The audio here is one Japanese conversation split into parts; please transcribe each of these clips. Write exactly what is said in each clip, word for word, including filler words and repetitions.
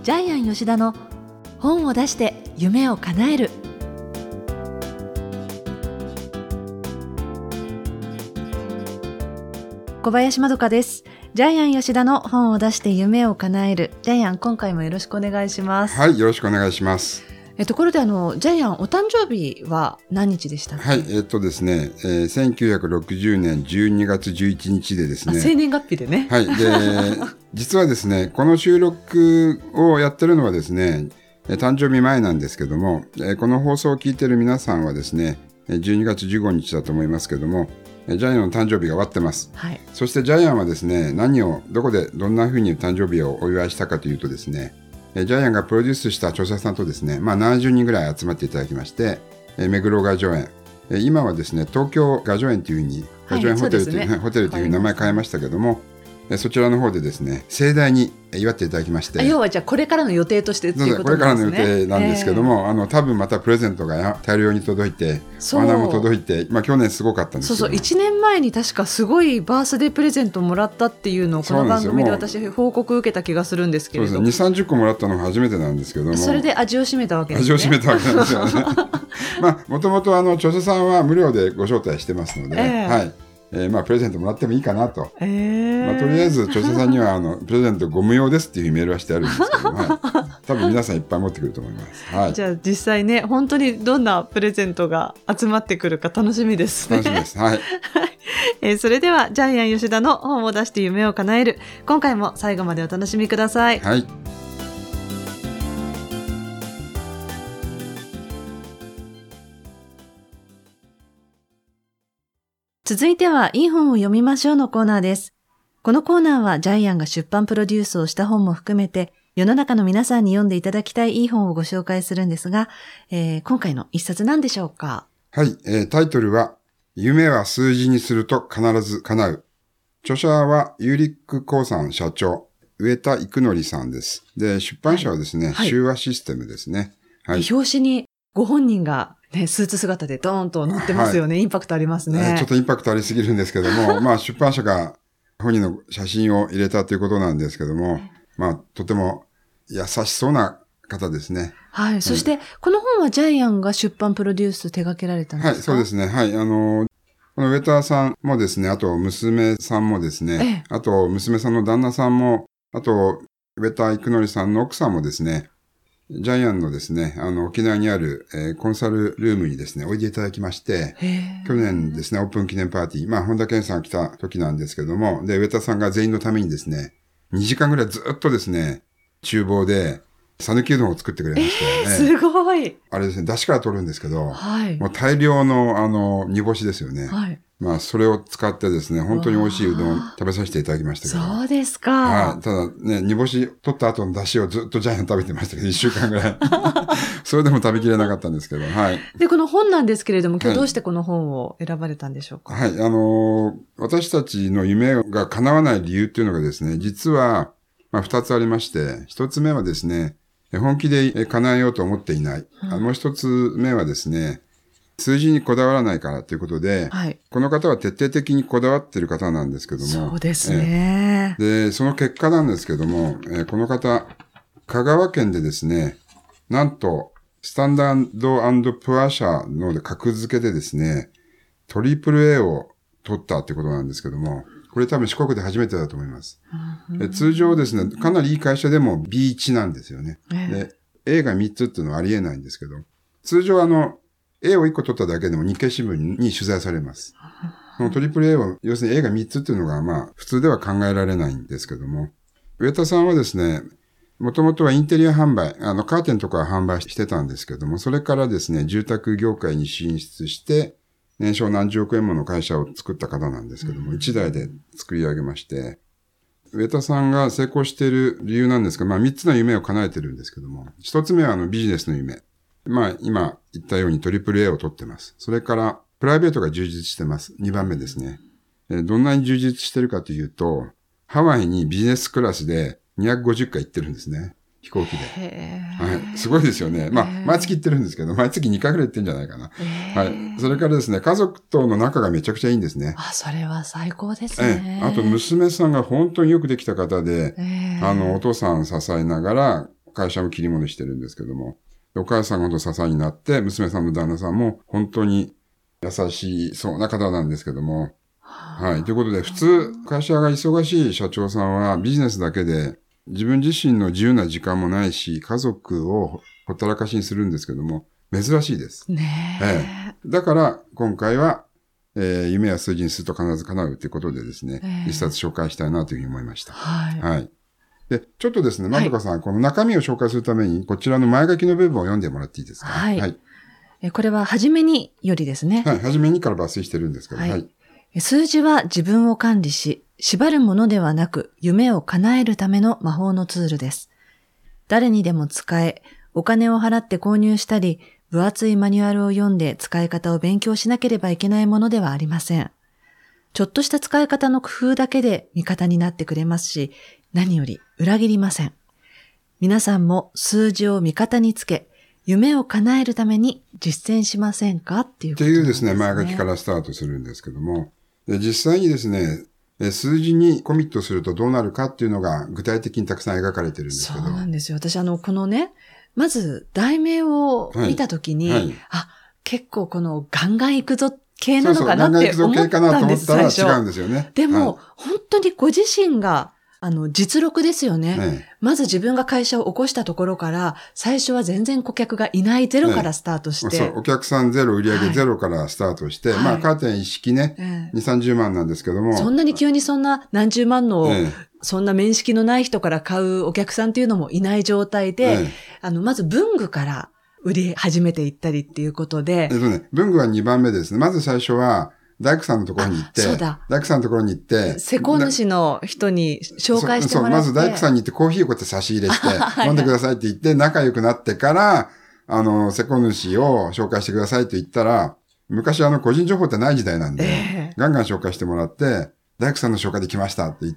ジャイアン吉田の本を出して夢を叶える。小林まどかです。ジャイアン吉田の本を出して夢を叶える。ジャイアン、今回もよろしくお願いします。 はい、よろしくお願いします。 えところであのジャイアン、お誕生日は何日でしたっけ？ はい、えっとですね、えー、せんきゅうひゃくろくじゅうねんじゅうにがつじゅういちにちでですね。 生年月日でね。 はい、で実はですね、この収録をやってるのはですね、誕生日前なんですけども、この放送を聞いている皆さんはですね、じゅうにがつじゅうごにちだと思いますけども、ジャイアンの誕生日が終わってます。はい、そしてジャイアンはですね、何をどこでどんな風に誕生日をお祝いしたかというとですね、ジャイアンがプロデュースした著者さんとですね、まあななじゅうにんぐらい集まっていただきまして、目黒雅叙園、今はですね、東京雅叙園という風に、雅叙園ホテルという、ね、ホテルという風に名前変えましたけども、そちらの方でですね、盛大に祝っていただきまして。 要はじゃあこれからの予定としてっていうことなんですね。 これからの予定なんですけども、えー、あの多分またプレゼントが大量に届いて、お花も届いて、まあ、去年すごかったんですけど。 そうそう、いちねんまえに確かすごいバースデープレゼントもらったっていうのをこの番組で私報告受けた気がするんですけれど。 そうですね、にじゅう、さんじゅっこもらったのが初めてなんですけども。 それで味を占めたわけですね。 味を占めたわけなんですよね。まあもともと著者さんは無料でご招待してますので、えー、はい。えーまあ、プレゼントもらってもいいかなと、えーまあ、とりあえず著者さんにはあのプレゼントご無用ですっていうメールはしてあるんですけど、はい、多分皆さんいっぱい持ってくると思います、はい、 じゃあ実際ね、本当にどんなプレゼントが集まってくるか楽しみですね。 楽しみです、はいえー、それではジャイアン吉田の本を出して夢を叶える、今回も最後までお楽しみください。 はい。 続いてはいい本を読みましょうのコーナーです。このコーナーはジャイアンが出版プロデュースをした本も含めて、世の中の皆さんに読んでいただきたいいい本をご紹介するんですが、えー、今回の一冊何でしょうか？ はい、えー、タイトルは夢は数字にすると必ず叶う。著者はユーリック興産社長、上田育則さんです。で、出版社はですね、はい、修和システムですね。 はい、表紙にご本人がね、スーツ姿でドーンと載ってますよね、はい、インパクトありますね。 ちょっとインパクトありすぎるんですけども、まあ出版社が本人の写真を入れたということなんですけども、まあとても優しそうな方ですね。 はい。うん、そしてこの本はジャイアンが出版プロデュース手掛けられたんですか？ はい、そうですね。はい。あの、この上田さんもですね、あと娘さんもですね、ええ、あと娘さんの旦那さんも、あと上田育則さんの奥さんもですね、ジャイアンのですね、あの、沖縄にある、えー、コンサルルームにですね、おいでいただきまして、去年ですね、オープン記念パーティー、まあ、本田健さんが来た時なんですけども、で、上田さんが全員のためにですね、にじかんぐらいずっとですね、厨房で、讃岐うどんを作ってくれまして、 えー、すごい。 あれですね、出汁から取るんですけど、 はい、 もう大量の、あの、煮干しですよね。はい。まあ、それを使ってですね、本当に美味しいうどんを食べさせていただきましたけど。 そうですか。 はい。ただね、煮干し取った後の出汁をずっとジャイアン食べてましたけど、いっしゅうかんぐらい。それでも食べきれなかったんですけど、はい。 で、この本なんですけれども、今日どうしてこの本を選ばれたんでしょうか？ はい。はい、あのー、私たちの夢が叶わない理由っていうのがですね、実は、まあ、二つありまして、一つ目はですね、本気で叶えようと思っていない。うん、もう一つ目はですね、数字にこだわらないからということで、はい、この方は徹底的にこだわっている方なんですけども。 そうですね。 えー、で、その結果なんですけども、えー、この方、香川県でですね、なんと、スタンダード&プア社の格付けでですね、トリプル A を取ったってことなんですけども、これ多分四国で初めてだと思います。うん、通常ですね、かなりいい会社でも ビーワン なんですよね。えー、で A がみっつっていうのはありえないんですけど、通常あの、A をいっこ取っただけでも日経新聞に取材されます。このトリプル A は、要するに A がみっつっていうのがまあ、普通では考えられないんですけども、上田さんはですね、もともとはインテリア販売、あの、カーテンとかは販売してたんですけども、それからですね、住宅業界に進出して、年商何十億円もの会社を作った方なんですけども、一代で作り上げまして、上田さんが成功している理由なんですが、まあ三つの夢を叶えてるんですけども、一つ目はあのビジネスの夢。まあ今言ったようにトリプル A を取ってます。それからプライベートが充実してます。二番目ですね。えどんなに充実してるかというと、ハワイにビジネスクラスでにひゃくごじゅっかい行ってるんですね。飛行機で。はい。すごいですよね。まあ、毎月行ってるんですけど、毎月にかいぐらい行ってるんじゃないかな。はい。それからですね、家族との仲がめちゃくちゃいいんですね。 あ、それは最高ですね。 あと、娘さんが本当によくできた方で、あの、お父さん支えながら、 会社も切り盛りしてるんですけども、お母さんが本当支えになって、娘さんの旦那さんも本当に優しいそうな方なんですけども、はい。ということで、普通、会社が忙しい社長さんはビジネスだけで自分自身の自由な時間もないし、家族をほったらかしにするんですけども、珍しいです。 ねえ。 ええ、だから、今回は、えー、夢や数字にすると必ず叶うということでですね、えー、一冊紹介したいなというふうに思いました。 はい。 はい。で、ちょっとですね、まどかさん、はい、この中身を紹介するために、こちらの前書きの部分を読んでもらっていいですか？ はい。はい、えこれは、はじめによりですね。 はい。はじめにから抜粋してるんですけど、はい。はい、 数字は自分を管理し、縛るものではなく、夢を叶えるための魔法のツールです。誰にでも使え、お金を払って購入したり、分厚いマニュアルを読んで使い方を勉強しなければいけないものではありません。ちょっとした使い方の工夫だけで味方になってくれますし、何より裏切りません。皆さんも数字を味方につけ、夢を叶えるために実践しませんかっていうことなんですね。 っていうですね、前書きからスタートするんですけども、で実際にですね、数字にコミットするとどうなるかっていうのが具体的にたくさん描かれてるんですけど。 そうなんですよ。私あの、このね、まず題名を見たときに、はいはい、あ、結構このガンガン行くぞ系なのかなって思ったんです、最初。 違うんですよね。 でも、はい、本当にご自身が、あの、実録ですよね、はい。まず自分が会社を起こしたところから、最初は全然顧客がいないゼロからスタートして。 はい、そう、お客さんゼロ、売上ゼロからスタートして、はい、まあ、カーテン一式ね、はい、にじゅう、さんじゅうまんなんですけども。 そんなに急にそんな何十万の、はい、そんな面識のない人から買うお客さんっていうのもいない状態で、はい、あの、まず文具から売り始めていったりっていうことで。 えっとね、文具はにばんめですね。まず最初は、大工さんのところに行って、そうだ。大工さんのところに行って、 施工主の人に紹介してもらって。 そう、まず大工さんに行ってコーヒーをこうやって差し入れして、飲んでくださいって言って、仲良くなってから、あの、施工主を紹介してくださいと言ったら、昔あの、個人情報ってない時代なんで、えー、ガンガン紹介してもらって、大工さんの紹介で来ましたって言って、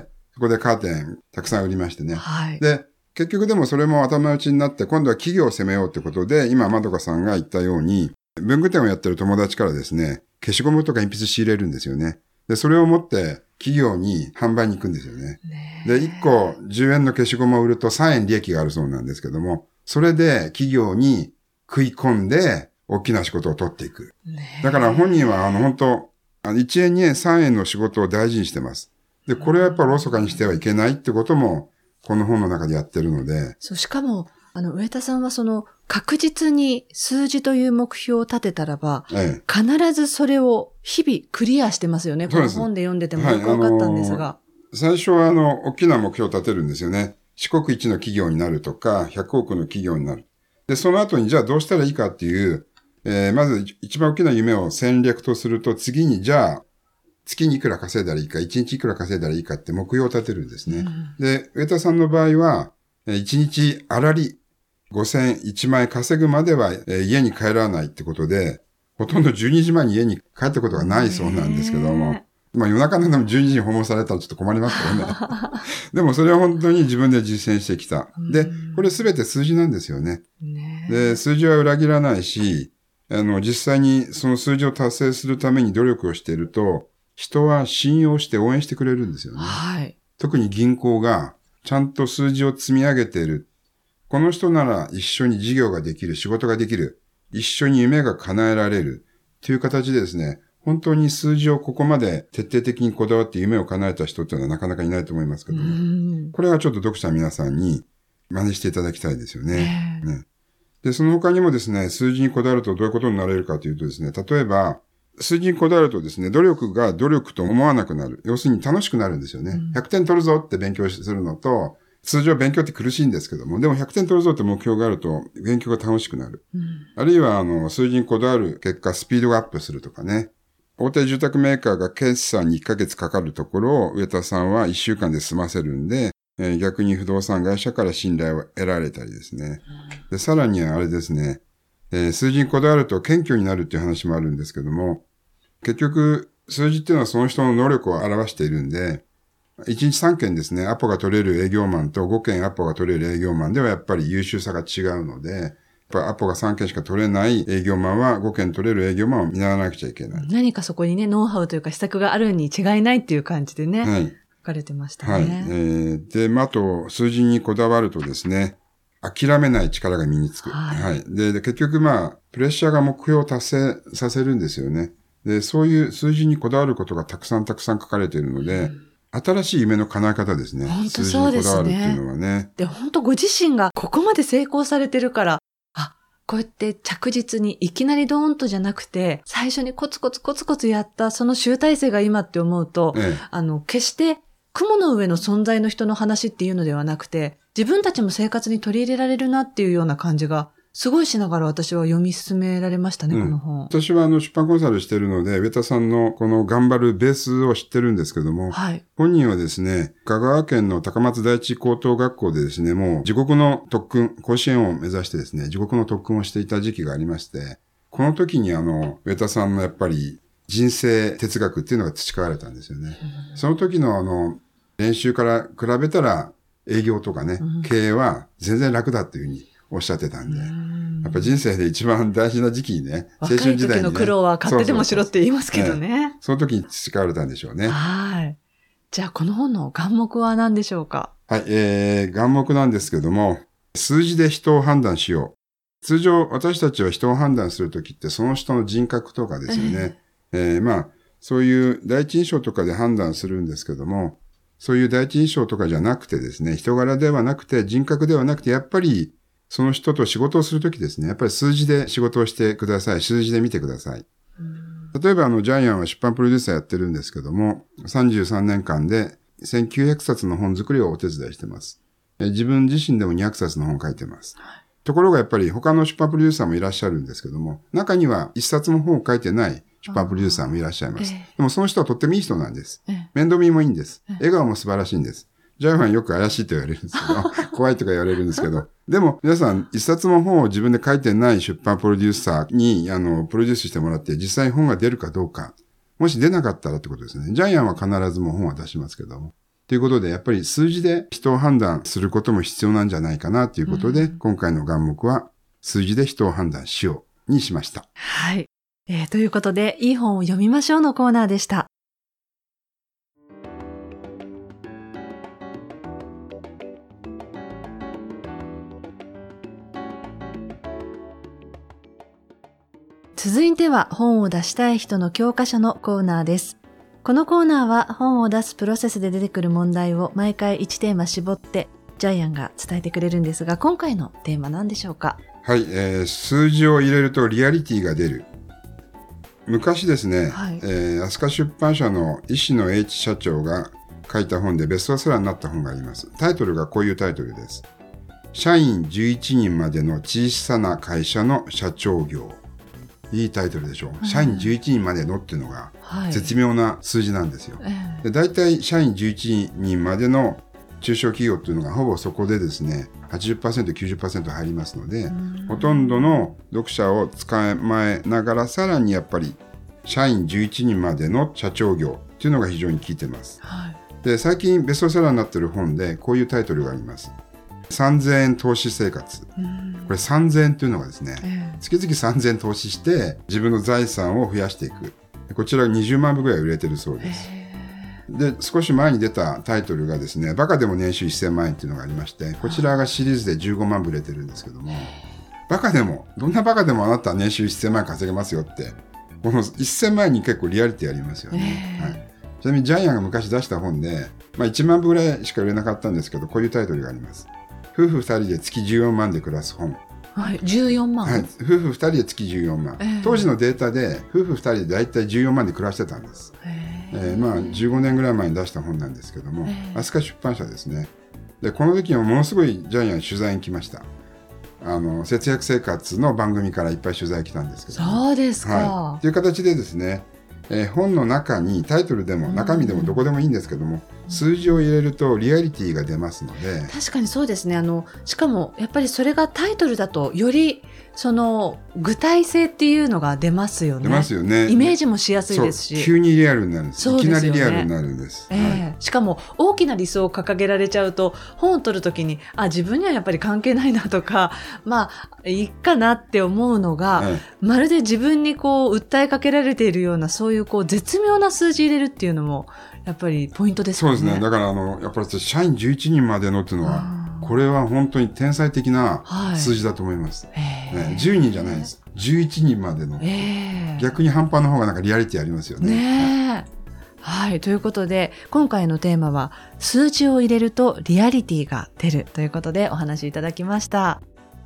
そこでカーテンたくさん売りましてね。はい。で、結局でもそれも頭打ちになって、今度は企業を攻めようってことで、今、まどかさんが言ったように、文具店をやってる友達からですね、消しゴムとか鉛筆仕入れるんですよね。で、それを持って企業に販売に行くんですよね。ねで、いっこじゅうえんの消しゴムを売るとさんえん利益があるそうなんですけども、それで企業に食い込んで大きな仕事を取っていく。だから本人はあの本当、あのいちえんにえんさんえんの仕事を大事にしてます。で、これはやっぱりおろそかにしてはいけないってことも、この本の中でやってるので。 そう、しかも、あの、上田さんはその、確実に数字という目標を立てたらば、ええ、必ずそれを日々クリアしてますよね。この本で読んでてもよくわかったんですが。 はい、あのー、最初はあの、大きな目標を立てるんですよね。四国一の企業になるとか、ひゃくおくの企業になる。で、その後にじゃあどうしたらいいかっていう、えー、まず一番大きな夢を戦略とすると、次にじゃあ、月にいくら稼いだらいいか、一日いくら稼いだらいいかって目標を立てるんですね。うん、で、上田さんの場合は、一日あらりごせんえん、いちまんえん稼ぐまでは家に帰らないってことで、ほとんどじゅうにじまえに家に帰ったことがないそうなんですけども、まあ夜中でもじゅうにじに訪問されたらちょっと困りますけどね。でもそれは本当に自分で実践してきた。で、これすべて数字なんですよね。で、数字は裏切らないし、あの、実際にその数字を達成するために努力をしていると、人は信用して応援してくれるんですよね。はい。特に銀行がちゃんと数字を積み上げている。この人なら一緒に事業ができる、仕事ができる、一緒に夢が叶えられるという形でですね、本当に数字をここまで徹底的にこだわって夢を叶えた人っていうのはなかなかいないと思いますけども、これはちょっと読者の皆さんに真似していただきたいですよね。ね。で、その他にもですね、数字にこだわるとどういうことになれるかというとですね、例えば、数字にこだわるとですね、努力が努力と思わなくなる。要するに楽しくなるんですよね。ひゃくてん取るぞって勉強するのと、通常勉強って苦しいんですけども、でもひゃくてん取るぞって目標があると勉強が楽しくなる。うん、あるいは、あの、数字にこだわる結果、スピードがアップするとかね。大手住宅メーカーが決算にいっかげつかかるところを、上田さんはいっしゅうかんで済ませるんで、えー、逆に不動産会社から信頼を得られたりですね。で、さらにはあれですね、えー、数字にこだわると謙虚になるっていう話もあるんですけども、結局、数字っていうのはその人の能力を表しているんで、いちにちさんけんですね、アポが取れる営業マンとごけんアポが取れる営業マンではやっぱり優秀さが違うので、やっぱアポがさんけんしか取れない営業マンはごけん取れる営業マンを見習わなくちゃいけない。 何かそこにね、ノウハウというか施策があるに違いないっていう感じでね、はい、書かれてましたね。 はい。えー、で、まあ、あと、数字にこだわるとですね、 諦めない力が身につく。 はい。 はい。で、で結局まあ、プレッシャーが目標を達成させるんですよね。で、そういう数字にこだわることがたくさんたくさん書かれているので、うん、新しい夢の叶え方ですね。 本当そうですね。 数字にこだわるっていうのはね。 で、本当ご自身がここまで成功されてるから、あ、こうやって着実にいきなりドーンとじゃなくて、最初にコツコツコツコツやったその集大成が今って思うと、ええ、あの、決して雲の上の存在の人の話っていうのではなくて、自分たちも生活に取り入れられるなっていうような感じが、すごいしながら私は読み進められましたね、うん、この本。 私はあの出版コンサルしているので、上田さんのこの頑張るベースを知ってるんですけども、はい、本人はですね、香川県の高松第一高等学校でですね、もう自国の特訓、甲子園を目指してですね、自国の特訓をしていた時期がありまして、この時にあの、上田さんのやっぱり人生哲学っていうのが培われたんですよね。うん、その時のあの、練習から比べたら営業とかね、うん、経営は全然楽だっていうふうにおっしゃってたんで、んやっぱ人生で一番大事な時期にね、青春時代に、ね、 若い時の苦労は買ってでもしろって言いますけどね。 そうそうそうね、その時に培われたんでしょうね。 はい。じゃあこの本の眼目は何でしょうか？ はい、えー、眼目なんですけども、数字で人を判断しよう。通常私たちは人を判断するときってその人の人格とかですよね。えー、えー、まあ、そういう第一印象とかで判断するんですけども、そういう第一印象とかじゃなくてですね、人柄ではなくて人格ではなくて、やっぱりその人と仕事をするときですね、やっぱり数字で仕事をしてください。数字で見てください。例えばあの、ジャイアンは出版プロデューサーやってるんですけども、さんじゅうさんねんかんでせんきゅうひゃくさつの本作りをお手伝いしてます。自分自身でもにひゃくさつの本を書いてます。ところがやっぱり他の出版プロデューサーもいらっしゃるんですけども、中にはいっさつも本を書いてない出版プロデューサーもいらっしゃいます。ええ、でもその人はとってもいい人なんです。え、面倒見もいいんです。笑顔も素晴らしいんです。ジャイアンはよく怪しいと言われるんですけど、怖いとか言われるんですけど、でも皆さん一冊も本を自分で書いてない出版プロデューサーに、あの、プロデュースしてもらって実際本が出るかどうか、もし出なかったらってことですね。ジャイアンは必ずもう本は出しますけども。ということで、やっぱり数字で人を判断することも必要なんじゃないかなということで、うん、今回の眼目は数字で人を判断しようにしました。 はい。えー、ということで、いい本を読みましょうのコーナーでした。続いては本を出したい人の教科書のコーナーです。このコーナーは本を出すプロセスで出てくる問題を毎回いちテーマ絞ってジャイアンが伝えてくれるんですが、今回のテーマ何でしょうか？ はい、えー、数字を入れるとリアリティが出る。昔ですね、はい、えー、飛鳥出版社の石野英一社長が書いた本でベストセラーになった本があります。タイトルがこういうタイトルです。社員じゅういちにんまでの小さな会社の社長業。いいタイトルでしょう。うん、社員じゅういちにんまでのっていうのが絶妙な数字なんですよ。はい、で、大体社員じゅういちにんまでの中小企業っていうのがほぼそこでですね、はちじゅっパーセント、きゅうじゅっパーセント 入りますので、ほとんどの読者を捕まえながらさらにやっぱり社員じゅういちにんまでの社長業っていうのが非常に効いてます。はい、で、最近ベストセラーになっている本でこういうタイトルがあります。さんぜんえん投資生活。これさんぜんえんというのがですね、えー、月々さんぜんえん投資して自分の財産を増やしていく。こちらにじゅうまんぶぐらい売れてるそうです。えー、で、少し前に出たタイトルがですね、バカでも年収せんまんえんっていうのがありまして、こちらがシリーズでじゅうごまんぶ売れてるんですけども、バカでも、どんなバカでもあなたは年収せんまんえん稼げますよって、このせんまんえんに結構リアリティありますよね。えーはい、ちなみにジャイアンが昔出した本で、まあ、いちまんぶぐらいしか売れなかったんですけど、こういうタイトルがあります。夫婦ふたりで月じゅうよんまんで暮らす本。 はい、じゅうよんまん、はい、 夫婦ふたりで月じゅうよんまん、えー、当時のデータで夫婦ふたりでだいたいじゅうよんまんで暮らしてたんです、えーえー、まあじゅうごねんぐらい前に出した本なんですけども、えー、飛鳥出版社ですね。でこの時はものすごいジャイアン取材に来ました。あの節約生活の番組からいっぱい取材来たんですけど、ね、 そうですか、 はい、という形でですね、えー、本の中にタイトルでも中身でもどこでもいいんですけども、うん、数字を入れるとリアリティが出ますので。 確かにそうですね。あのしかもやっぱりそれがタイトルだとよりその具体性っていうのが出ますよね。 出ますよね。 イメージもしやすいですし、 急にリアルになるんです。いきなりリアルになるんです、 えーはい、しかも大きな理想を掲げられちゃうと本を取るときにあ自分にはやっぱり関係ないなとかまあいいかなって思うのが、はい、まるで自分にこう訴えかけられているようなそういうこう絶妙な数字入れるっていうのもやっぱりポイントですよね。 そうですね。だからあのやっぱり社員じゅういちにんまでのっていうのはこれは本当に天才的な数字だと思います。はいね、じゅうにんじゃないです。じゅういちにんまでの。えー、逆に半端の方がなんかリアリティありますよね。 ねはい、はい。ということで、今回のテーマは、数字を入れるとリアリティが出るということでお話しいただきました。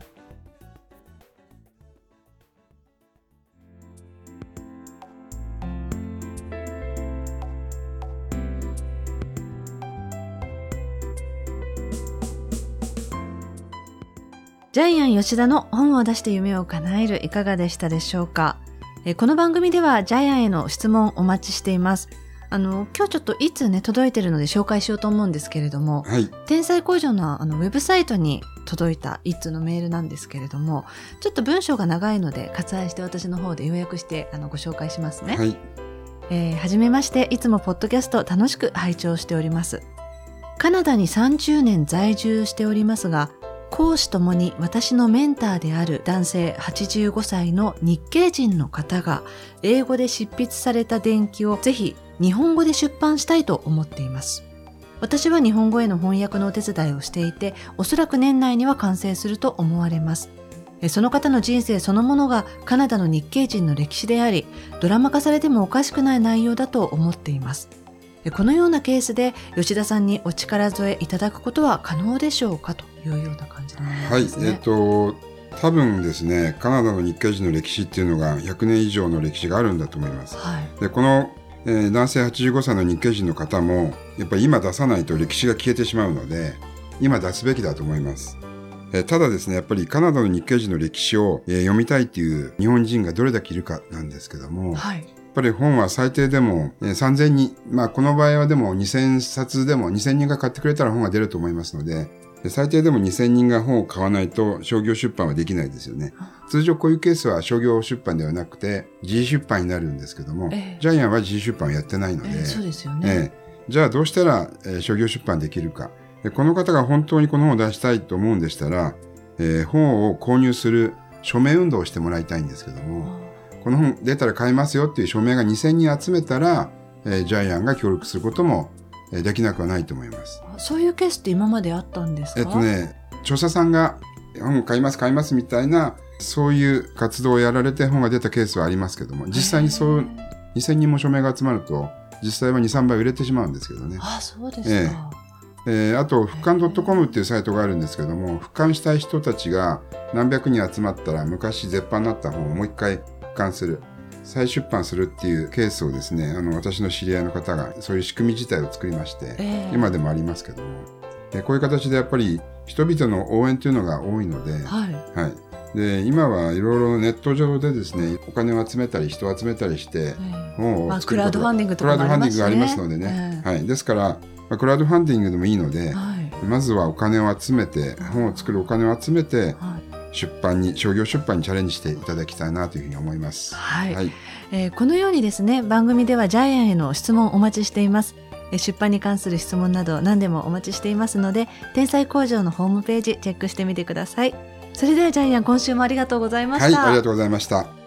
ジャイアン吉田の本を出して夢を叶えるいかがでしたでしょうか。えこの番組ではジャイアンへの質問お待ちしています。あの今日ちょっといつね届いてるので紹介しようと思うんですけれども、はい、天才工場のあのウェブサイトに届いた一通のメールなんですけれども、ちょっと文章が長いので割愛して私の方で要約してあのご紹介しますね。はい、えー、はじめまして、いつもポッドキャスト楽しく拝聴しております。カナダにさんじゅうねん在住しておりますが、講師ともに私のメンターである男性はちじゅうごさいの日系人の方が英語で執筆された伝記をぜひ日本語で出版したいと思っています。私は日本語への翻訳のお手伝いをしていて、おそらく年内には完成すると思われます。その方の人生そのものがカナダの日系人の歴史であり、ドラマ化されてもおかしくない内容だと思っています。このようなケースで吉田さんにお力添えいただくことは可能でしょうかというような感じなんですね。 はい、えっと多分ですね、カナダの日系人の歴史っていうのがひゃくねん以上の歴史があるんだと思います。はい、でこの、えー、男性はちじゅうごさいの日系人の方もやっぱり今出さないと歴史が消えてしまうので、今出すべきだと思います。えー、ただですね、やっぱりカナダの日系人の歴史を、えー、読みたいっていう日本人がどれだけいるかなんですけども、はい、やっぱり本は最低でも、えー、さんぜんにん、まあこの場合はでもにせんさつでもにせんにんが買ってくれたら本が出ると思いますので、最低でもにせんにんが本を買わないと商業出版はできないですよね。通常こういうケースは商業出版ではなくて自費出版になるんですけども、えー、ジャイアンは自費出版をやってないので、えー、そうですよね。えー、じゃあどうしたら、えー、商業出版できるか。この方が本当にこの本を出したいと思うんでしたら、えー、本を購入する署名運動をしてもらいたいんですけども、この本出たら買いますよっていう署名がにせんにん集めたら、えー、ジャイアンが協力することもできなくはないと思います。 そういうケースって今まであったんですか？ えっとね、著者さんが本買います買いますみたいなそういう活動をやられて本が出たケースはありますけども、実際にそうにせんにんも署名が集まると実際は にさんばい売れてしまうんですけどね。 あ、そうですか。 えーえー、あと復刊 .com っていうサイトがあるんですけども、復刊したい人たちが何百人集まったら昔絶版になった本をもう一回復刊する、再出版するっていうケースをですね、あの私の知り合いの方がそういう仕組み自体を作りまして、えー、今でもありますけども、でこういう形でやっぱり人々の応援というのが多いので、はいはい、で今はいろいろネット上でですね、お金を集めたり人を集めたりして、 えー、本を作ること、まあ、クラウドファンディングとかもありますね。 クラウドファンディングがありますのでね、えーはい、ですから、まあ、クラウドファンディングでもいいので、はい、まずはお金を集めて、本を作るお金を集めて、はい、出版に商業出版にチャレンジしていただきたいなというふうに思います。 はいはい、えー、このようにですね、番組ではジャイアンへの質問をお待ちしています。出版に関する質問など何でもお待ちしていますので、天才工場のホームページチェックしてみてください。それではジャイアン、今週もありがとうございました。 はい、ありがとうございました。